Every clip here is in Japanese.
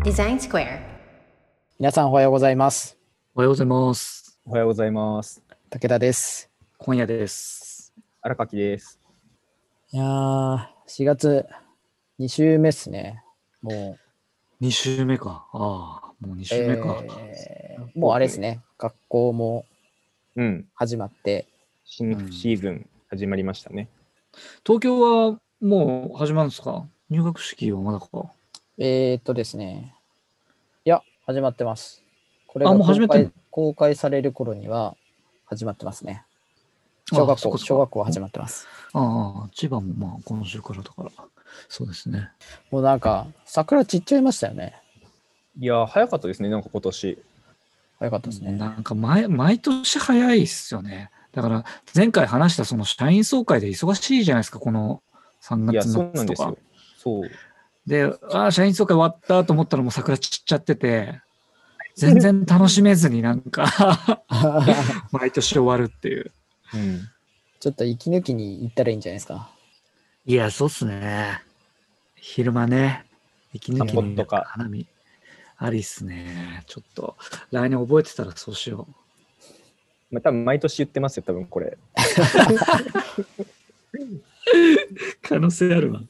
Design Square。 皆さんおはようございます。 おはようございます。 おはようございます。 武田です。 今夜です。 荒垣です。 いやー、4月2週目っすね。も 2週目か。ああ、もう2週目か。 もうあれですね。学校も始まって、 新シーズン始まりましたね。 東京はもう始まるんですか？入学式はまだか。 ですね。いや、始まってます。これがもう始めてんの？ 公開される頃には始まってますね。小学校は始まってます。 千葉もまあ今週からだから。そうですね。 もうなんか、桜散っちゃいましたよね。 いや、早かったですね、なんか今年。 早かったですね。 なんか毎年早いっすよね。だから前回話したその社員総会で忙しいじゃないですか、この3月いや、そうなん末とかですよ。。そう。 で、社員総会終わったと思ったらもう桜散っちゃってて、全然楽しめずになんか毎年終わるっていう。 ちょっと息抜きに行ったらいいんじゃないですか。 いや、そうっすね。昼間ね、息抜きにとか花見ありっすね。ちょっと来年覚えてたらそうしよう。 まあ、多分毎年言ってますよ、多分これ。 可能性あるわ。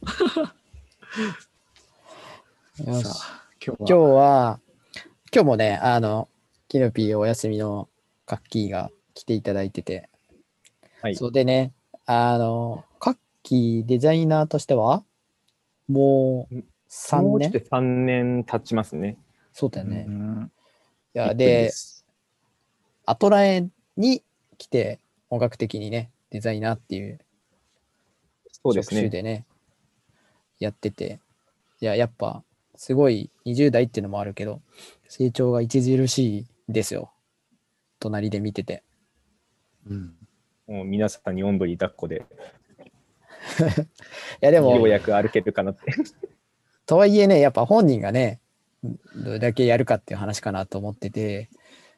よし。 さあ、今日もね、キノピーお休みのカッキーが来ていただいてて、 はい。 そうでね、カッキーデザイナーとしては、もう3 もうちょっ年と3年経ちますね。 そうだよね。い 1 や、 分で、 すアトラエに来て、本格的にね、デザイナーっていう職そうですね。 種でね、やってて、いや、やっぱ、すごい20代っていうのもあるけど、成長が著しいですよ。隣で見てて。 もう皆さんにおんぶに抱っこで、 いや、でも、 ようやく歩けるかなって。 とはいえね、やっぱ本人がね、どれだけやるかっていう話かなと思ってて、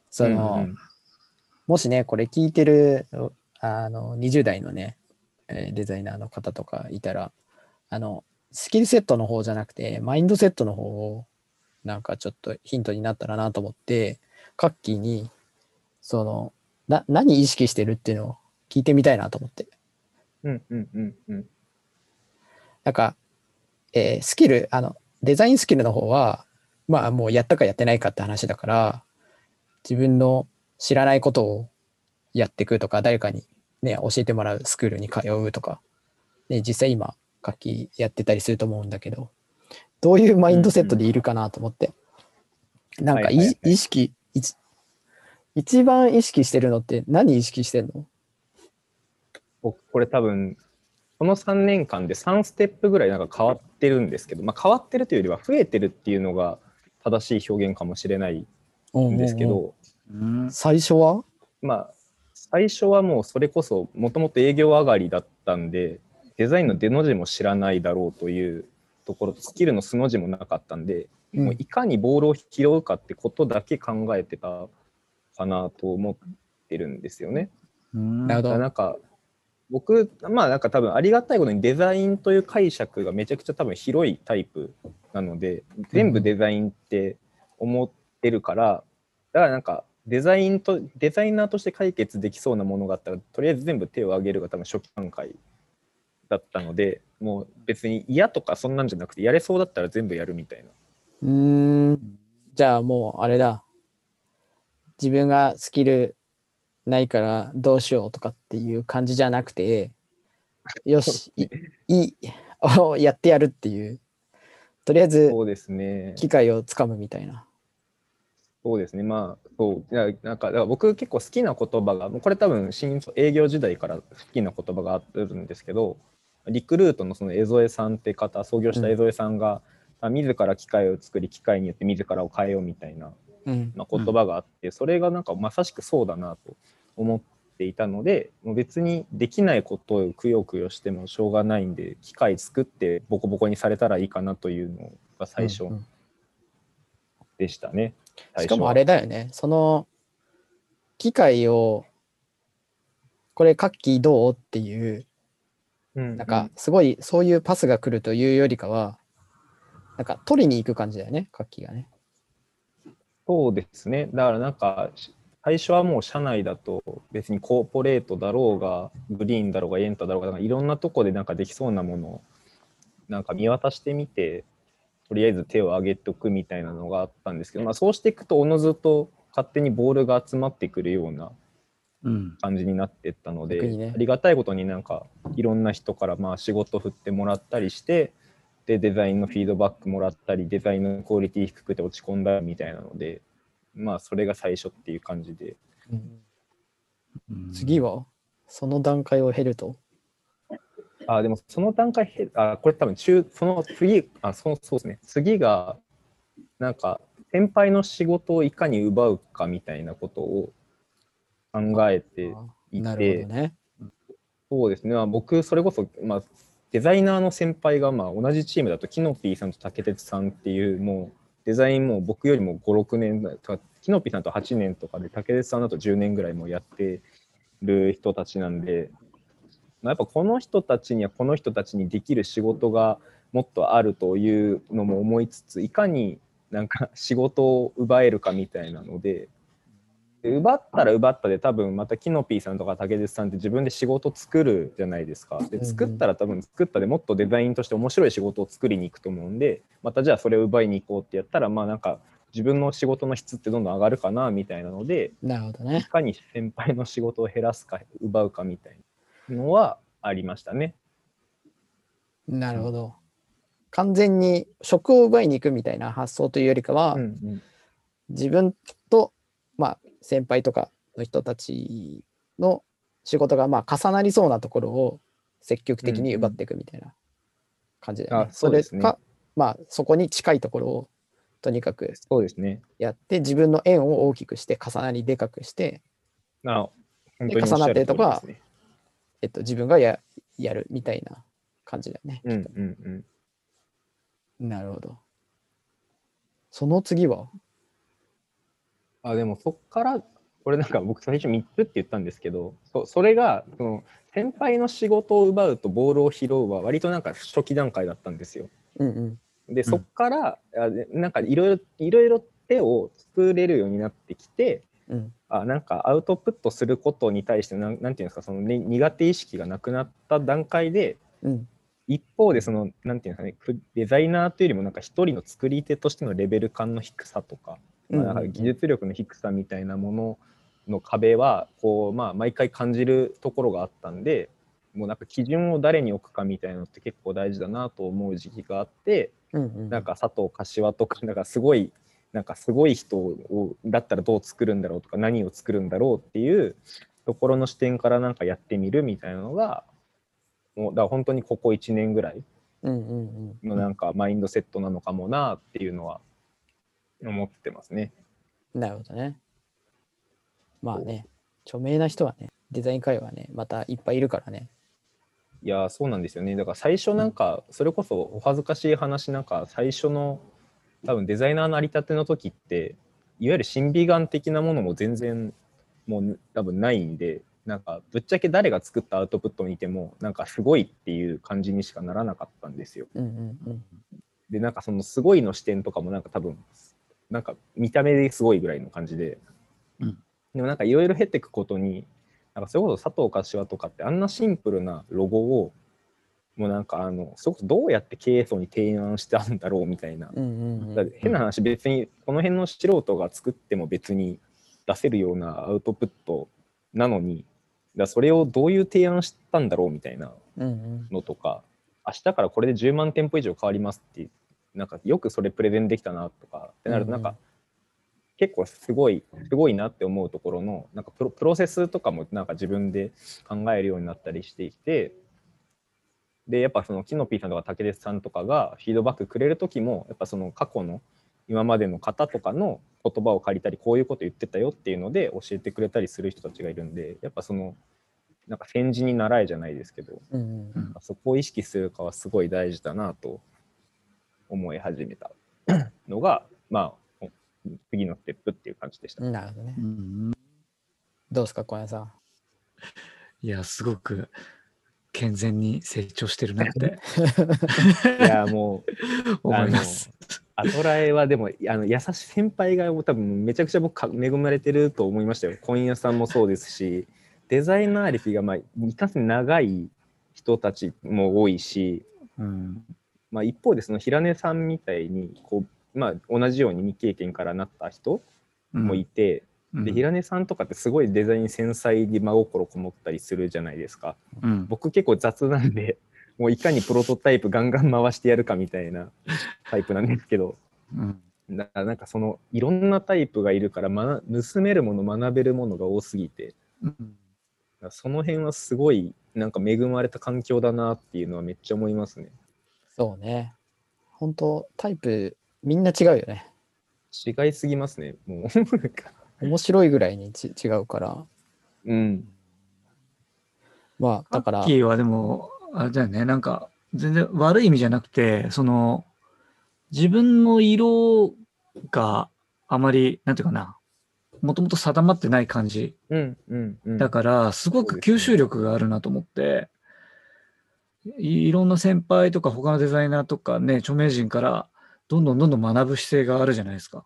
もしね、これ聞いてる、20代のね、デザイナーの方とかいたら、スキルセットの方じゃなくて、マインドセットの方を、なんかちょっとヒントになったらなと思って、カッキーに、何意識してるっていうのを聞いてみたいなと思って。なんか、スキル、デザインスキルの方は、まあもうやったかやってないかって話だから、自分の知らないことをやっていくとか、誰かにね、教えてもらうスクールに通うとか、ね、実際今、楽器やってたりすると思うんだけど、どういうマインドセットでいるかなと思って。なんか意識、一番意識してるのって何意識してるの？ 僕、これ多分、この3年間で3ステップぐらいなんか変わってるんですけど、まあ、変わってるというよりは増えてるっていうのが正しい表現かもしれないんですけど、 最初は？ まあ、最初はもうそれこそもともと営業上がりだったんで、デザインの出の字も知らないだろうというところ、スキルの素の字もなかったんで、もういかにボールを拾うかってことだけ考えてたかなと思ってるんですよね。 なるほど。 なんか僕、まあなんか多分ありがたいことにデザインという解釈がめちゃくちゃ多分広いタイプなので、全部デザインって思ってるから、だからなんかデザイナーとして解決できそうなものがあったら、とりあえず全部手を挙げるが多分初期段階だったので、もう別に嫌とかそんなんじゃなくて、やれそうだったら全部やるみたいな。 じゃあもうあれだ。自分がスキルないからどうしようとかっていう感じじゃなくて、よし、やってやるっていう、とりあえず機会をつかむみたいな。 そうですね。まあそうなんかだから僕結構好きな言葉が、これ多分営業時代から好きな言葉があるんですけど、リクルートのその江添さんって方、創業した江添さんが、自ら機械を作り、機械によって自らを変えようみたいな、言葉があって、それがなんかまさしくそうだなと思っていたので、もう別にできないことをくよくよしてもしょうがないんで、機械作ってボコボコにされたらいいかなというのが最初でしたね。 しかもあれだよね、その機械をこれカッキーどうっていう、なんかすごいそういうパスが来るというよりかは、 なんか取りに行く感じだよね、楽器がね。 そうですね。だからなんか、最初はもう社内だと別にコーポレートだろうが、グリーンだろうが、エンタだろうが、なんかいろんなとこでなんかできそうなものをなんか見渡してみて、とりあえず手を挙げておくみたいなのがあったんですけど、まあ、そうしていくとおのずと勝手にボールが集まってくるようなうん。 感じになっていったので、 逆にねありがたいことになんかいろんな人からまあ仕事振ってもらったりして、でデザインのフィードバックもらったり、デザインのクオリティ低くて落ち込んだみたいなので、まあそれが最初っていう感じで。 次はその段階を経ると。 でもその段階、これ多分その次、そうですね、次がなんか先輩の仕事をいかに奪うかみたいなことを考えていなるほて、 どね。 そうですね、僕それこそ、デザイナーの先輩が同じチームだとキノピーさんと竹鉄さんっていうもうデザインも僕よりも5、6年とか、キノピーさんと8年とかで竹鉄さんだと10年ぐらいもやってる人たちなんで、やっぱこの人たちにはこの人たちにできる仕事がもっとあるというのも思いつつ、いかになんか仕事を奪えるかみたいなので、奪ったら奪ったで多分またキノピーさんとか竹内さんって自分で仕事作るじゃないですか。で作ったら多分作ったでもっとデザインとして面白い仕事を作りに行くと思うんで、またじゃあそれを奪いに行こうってやったらなんか自分の仕事の質ってどんどん上がるかなみたいなので、 なるほどね。 いかに先輩の仕事を減らすか奪うかみたいなのはありましたね。 なるほど。完全に職を奪いに行くみたいな発想というよりかは、自分と、先輩とかの人たちの仕事が重なりそうなところを積極的に奪っていくみたいな感じだよね。 そうですね。 それか、そこに近いところをとにかくそうですね。 やって、自分の円を大きくして重なりでかくして、 本当に重なってるとこは、 ね、 自分がやるみたいな感じだよね。なるほど。その次はでもそっからこれなんか僕最初3つって言ったんですけど、それがその先輩の仕事を奪うとボールを拾うは割となんか初期段階だったんですよ。でそっからなんかいろいろ手を作れるようになってきて、なんかアウトプットすることに対してなんていうんですか、その、苦手意識がなくなった段階で、一方でそのなんていうんですかね、デザイナーというよりもなんか一人の作り手としてのレベル感の低さとか、なんか技術力の低さみたいなものの壁はこう、毎回感じるところがあったんで、もうなんか基準を誰に置くかみたいなのって結構大事だなと思う時期があって、なんか佐藤柏とかなんかすごい人をだったらどう作るんだろうとか何を作るんだろうっていうところの視点からなんかやってみるみたいなのがもうだから本当にここ1年ぐらいのなんかマインドセットなのかもなっていうのは思ってますね。 なるほどね。著名な人はね、デザイン界はね、またいっぱいいるからね。 いやそうなんですよね。だから最初なんかそれこそお恥ずかしい話、なんか最初の多分デザイナーなりたての時っていわゆる審美眼的なものも全然もう多分ないんで、なんかぶっちゃけ誰が作ったアウトプットを見てもなんかすごいっていう感じにしかならなかったんですよ。でなんかそのすごいの視点とかもなんか多分なんか見た目ですごいぐらいの感じで、でもなんかいろいろ経ていくことになんかそれこそ佐藤柏とかってあんなシンプルなロゴをもうなんかそれこそどうやって経営層に提案してあるんだろうみたいな、変な話別にこの辺の素人が作っても別に出せるようなアウトプットなのに、それをどういう提案したんだろうみたいなのとか、明日からこれで10万店舗以上変わりますってなんかよくそれプレゼンできたなとかってなるとなんか結構すごいなって思うところのなんかプロセスとかもなんか自分で考えるようになったりしていて、でやっぱそのキノピーさんとか竹鉄さんとかがフィードバックくれる時もやっぱその過去の今までの方とかの言葉を借りたりこういうこと言ってたよっていうので教えてくれたりする人たちがいるんで、やっぱそのなんか先人に習えじゃないですけど、そこを意識するかはすごい大事だなと思い始めたのが次のステップっていう感じでした。 なるほどね。どうですか小谷さん。 いやすごく健全に成長してるなっていやもう思います。 アトラエはでも優しい先輩が多分めちゃくちゃ僕恵まれてると思いましたよ。本屋さんもそうですし、デザイナー歴がいかんせん長い人たちも多いし、一方でその平根さんみたいに同じように未経験からなった人もいて、で平根さんとかってすごいデザイン繊細に真心こもったりするじゃないですか。僕結構雑なんで、もういかにプロトタイプガンガン回してやるかみたいなタイプなんですけど、だからなんかそのいろんなタイプがいるから、盗めるもの学べるものが多すぎて、その辺はすごいなんか恵まれた環境だなっていうのはめっちゃ思いますね。 そうね。本当タイプみんな違うよね。 違いすぎますね。もう面白いぐらいに違うから。まあだから。 アッキーはでもあれだよね、なんか全然悪い意味じゃなくて、その自分の色があまりなんていうかな、もともと定まってない感じ。だからすごく吸収力があるなと思って、いろんな先輩とか他のデザイナーとかね、著名人からどんどん学ぶ姿勢があるじゃないですか。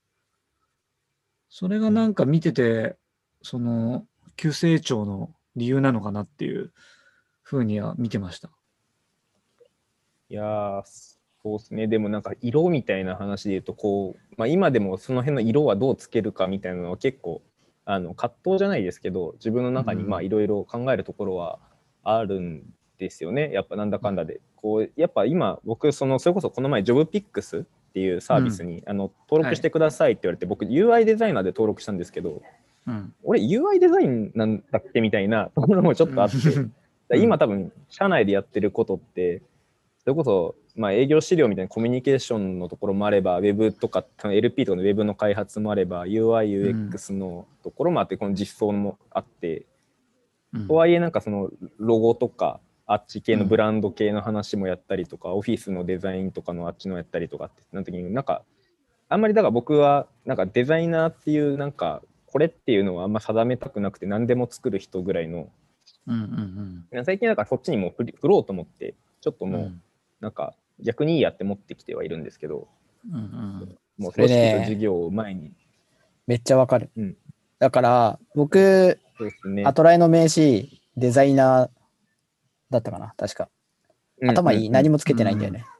それがなんか見てて、その急成長の理由なのかなっていうふうには見てました。 いやー、そうですね。でもなんか色みたいな話で言うと今でもその辺の色はどうつけるかみたいなのは結構葛藤じゃないですけど、自分の中にいろいろ考えるところはあるんですよね。やっぱなんだかんだでやっぱ今僕それこそこの前ジョブピックスっていうサービスに、登録してくださいって言われて、僕 UI デザイナーで登録したんですけど、俺 UI デザインなんだっけみたいなところもちょっとあって今多分社内でやってることってそれこそ営業資料みたいなコミュニケーションのところもあれば、ウェブとか LP とかのウェブの開発もあれば、UI、UX のところもあって、この実装もあって、とはいえなんかそのロゴとか、あっち系のブランド系の話もやったりとか、オフィスのデザインとかのあっちのやったりとかってなった時に、なんかあんまりだから僕はなんかデザイナーっていうなんかこれっていうのはあんま定めたくなくて、何でも作る人ぐらいの、最近なんかそっちにも振ろうと思って、ちょっともうなんか逆にいいやって持ってきてはいるんですけど、もう組織と事業を前に。 めっちゃわかる。だから僕、アトラエの名刺デザイナーだったかな、確か。頭に何もつけてないんだよね。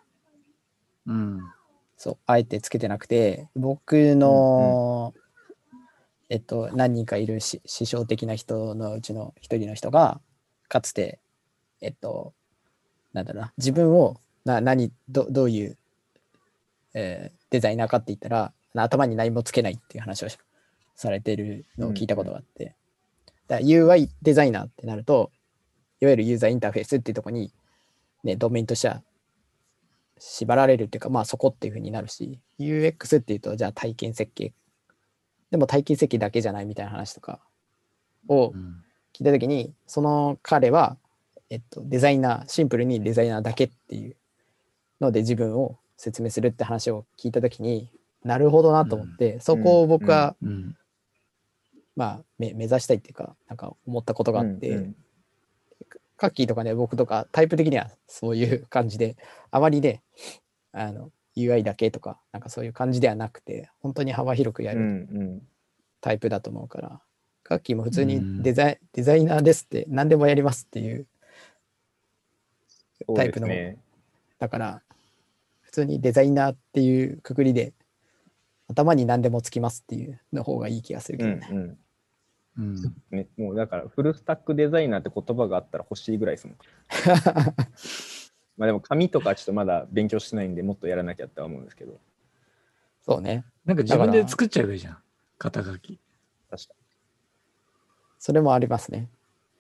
そう、あえてつけてなくて、僕の、何人かいる師匠的な人のうちの一人の人が、かつて、なんだろうな、自分をどういう、デザイナーかって言ったら、頭に何もつけないっていう話をされてるのを聞いたことがあって、だから UI デザイナーってなると、いわゆるユーザーインターフェースっていうところに、ね、ドメインとしては縛られるっていうか、まあそこっていうふうになるし、UX っていうと、じゃあ体験設計。でも体験設計だけじゃないみたいな話とかを聞いたときに、その彼は、デザイナー、シンプルにデザイナーだけっていうので自分を説明するって話を聞いたときに、なるほどなと思って、そこを僕は、まあ目指したいっていうか、なんか思ったことがあって、カッキーとかね、僕とかタイプ的にはそういう感じで、あまりね、UI だけとか、なんかそういう感じではなくて、本当に幅広くやるタイプだと思うから、カッキーも普通にデザイナーですって、何でもやりますっていうタイプの、だから、普通にデザイナーっていうくくりで、頭に何でもつきますっていうの方がいい気がするけどね。 ね、もうだからフルスタックデザイナーって言葉があったら欲しいぐらいですもん。まあでも紙とかちょっとまだ勉強してないんでもっとやらなきゃって思うんですけど。 そうね。 なんか自分で作っちゃえばいいじゃん。肩書き。 確かに。 それもありますね。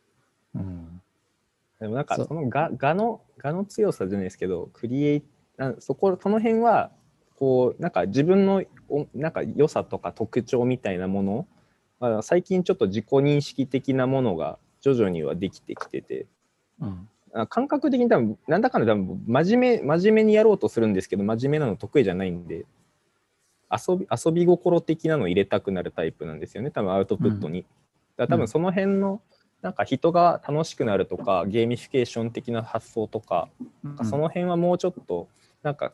でもなんかその画の強さじゃないですけど、その辺はこうなんか自分のなんか良さとか特徴みたいなもの、最近ちょっと自己認識的なものが徐々にはできてきてて、感覚的に多分なんだかんだ多分真面目にやろうとするんですけど、真面目なの得意じゃないんで、遊び心的なのを入れたくなるタイプなんですよね、多分アウトプットに。だから多分その辺のなんか人が楽しくなるとか、ゲーミフィケーション的な発想とか、その辺はもうちょっとなんか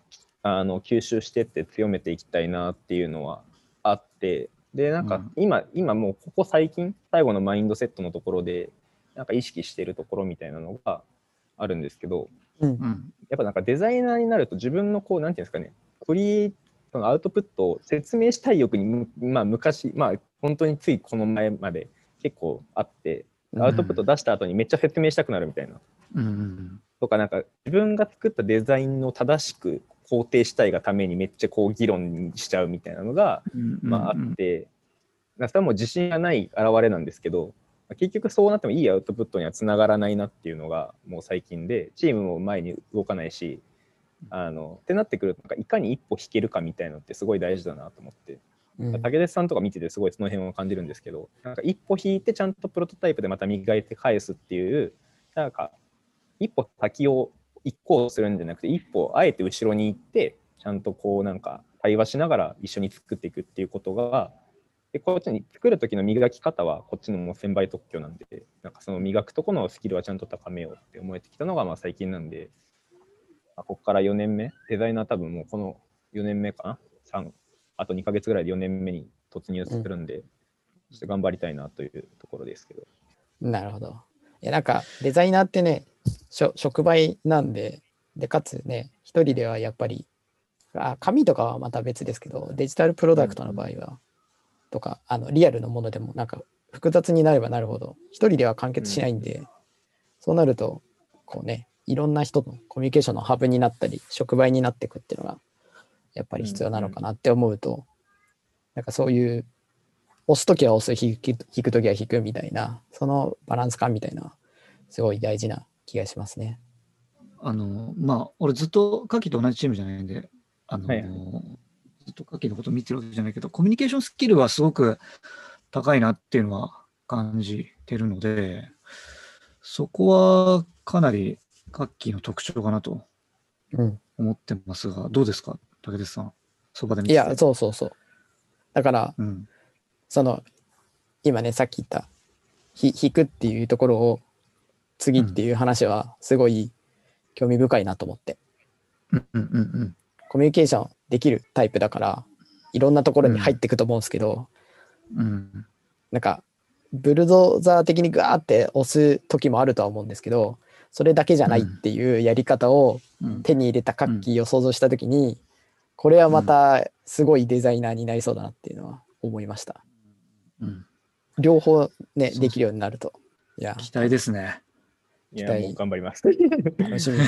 吸収してって強めていきたいなっていうのはあって、でなんか今もうここ最近最後のマインドセットのところでなんか意識してるところみたいなのがあるんですけど、 うんやっぱなんかデザイナーになると自分のこうなんていうんですかね、そのアウトプットを説明したい欲に昔本当についこの前まで結構あって、アウトプット出した後にめっちゃ説明したくなるみたいな、とかなんか自分が作ったデザインを正しく肯定したいがためにめっちゃこう議論しちゃうみたいなのがあって、それはもう自信がない表れなんですけど、結局そうなってもいいアウトプットにはつながらないなっていうのがもう最近で、チームも前に動かないし、ってなってくるとなんかいかに一歩引けるかみたいなのってすごい大事だなと思って、武田さんとか見ててすごいその辺を感じるんですけど、なんか一歩引いてちゃんとプロトタイプでまた磨いて返すっていう、なんか一歩先を一行するんじゃなくて、一歩あえて後ろに行ってちゃんとこうなんか対話しながら一緒に作っていくっていうことが、でこっちに作る時の磨き方はこっちのもう1000倍特許なんで、なんかその磨くとこのスキルはちゃんと高めようって思えてきたのが最近なんで、ここから4年目、デザイナー多分もうこの4年目かな、あと2ヶ月ぐらいで4年目に突入するんで、ちょっと頑張りたいなというところですけど。 なるほど。なんかデザイナーってね、触媒なんで、かつね、一人ではやっぱり、紙とかはまた別ですけど、デジタルプロダクトの場合は、とか、リアルのものでもなんか複雑になればなるほど、一人では完結しないんで、そうなると、こうね、いろんな人のコミュニケーションのハブになったり、触媒になっていくっていうのが、やっぱり必要なのかなって思うと、なんかそういう、押すときは押す、引くときは引くみたいな、そのバランス感みたいな、すごい大事な気がしますね。 俺ずっとカキと同じチームじゃないんで、ずっとカキのこと見てるわけじゃないけど、コミュニケーションスキルはすごく高いなっていうのは感じてるので、そこはかなりカッキーの特徴かなと思ってますが、どうですか、武田さん、そばで見てて。 いや、そう。だから、その、今ね、さっき言った、引くっていうところを、次っていう話は、すごい興味深いなと思って。コミュニケーションできるタイプだから、いろんなところに入っていくと思うんですけど、なんか、ブルドーザー的にガーって押す時もあるとは思うんですけど、それだけじゃないっていうやり方を手に入れたカッキーを想像した時に、これはまたすごいデザイナーになりそうだなっていうのは思いました。両方ね、できるようになると。いや、 期待ですね。 いや、もう頑張ります。 楽しみ。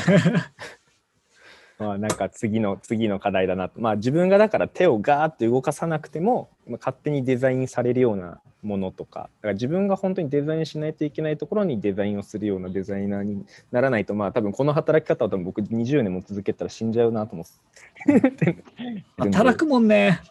なんか次の課題だなと。自分がだから手をガーッと動かさなくても勝手にデザインされるようなものとか、だから自分が本当にデザインしないといけないところにデザインをするようなデザイナーにならないと、多分この働き方を僕20年も続けたら死んじゃうなと思って働くもんね。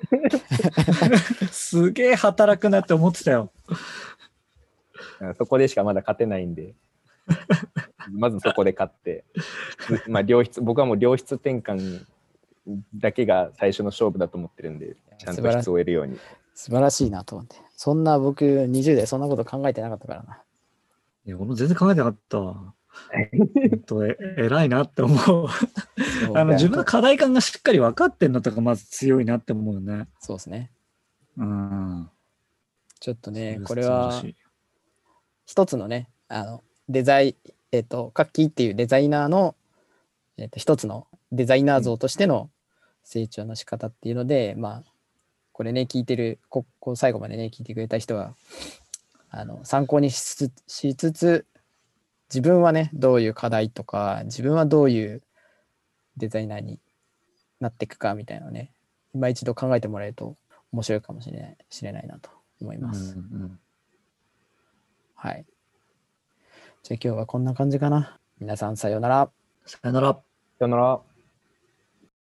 すげえ働くなって思ってたよ。 そこでしかまだ勝てないんでまずそこで勝って僕はもう良質転換だけが最初の勝負だと思ってるんで、ちゃんと質を得るように。 素晴らしいなと思って。そんな僕20代そんなこと考えてなかったからな。 いや、俺も全然考えてなかったわ。偉いなって思う。自分の課題感がしっかり分かってんのとかまず強いなって思うよね。 そうですね。ちょっとね、これは一つのね、デザイン、カッキーっていうデザイナーの、一つのデザイナー像としての成長の仕方っていうので、これね、聞いてる、ここ最後までね、聞いてくれた人は、参考にしつつ、自分はね、どういう課題とか、自分はどういうデザイナーになっていくかみたいなのをね、今一度考えてもらえると面白いかもしれないなと思います。はい。じゃあ今日はこんな感じかな。皆さんさようなら。 さようなら。 さようなら。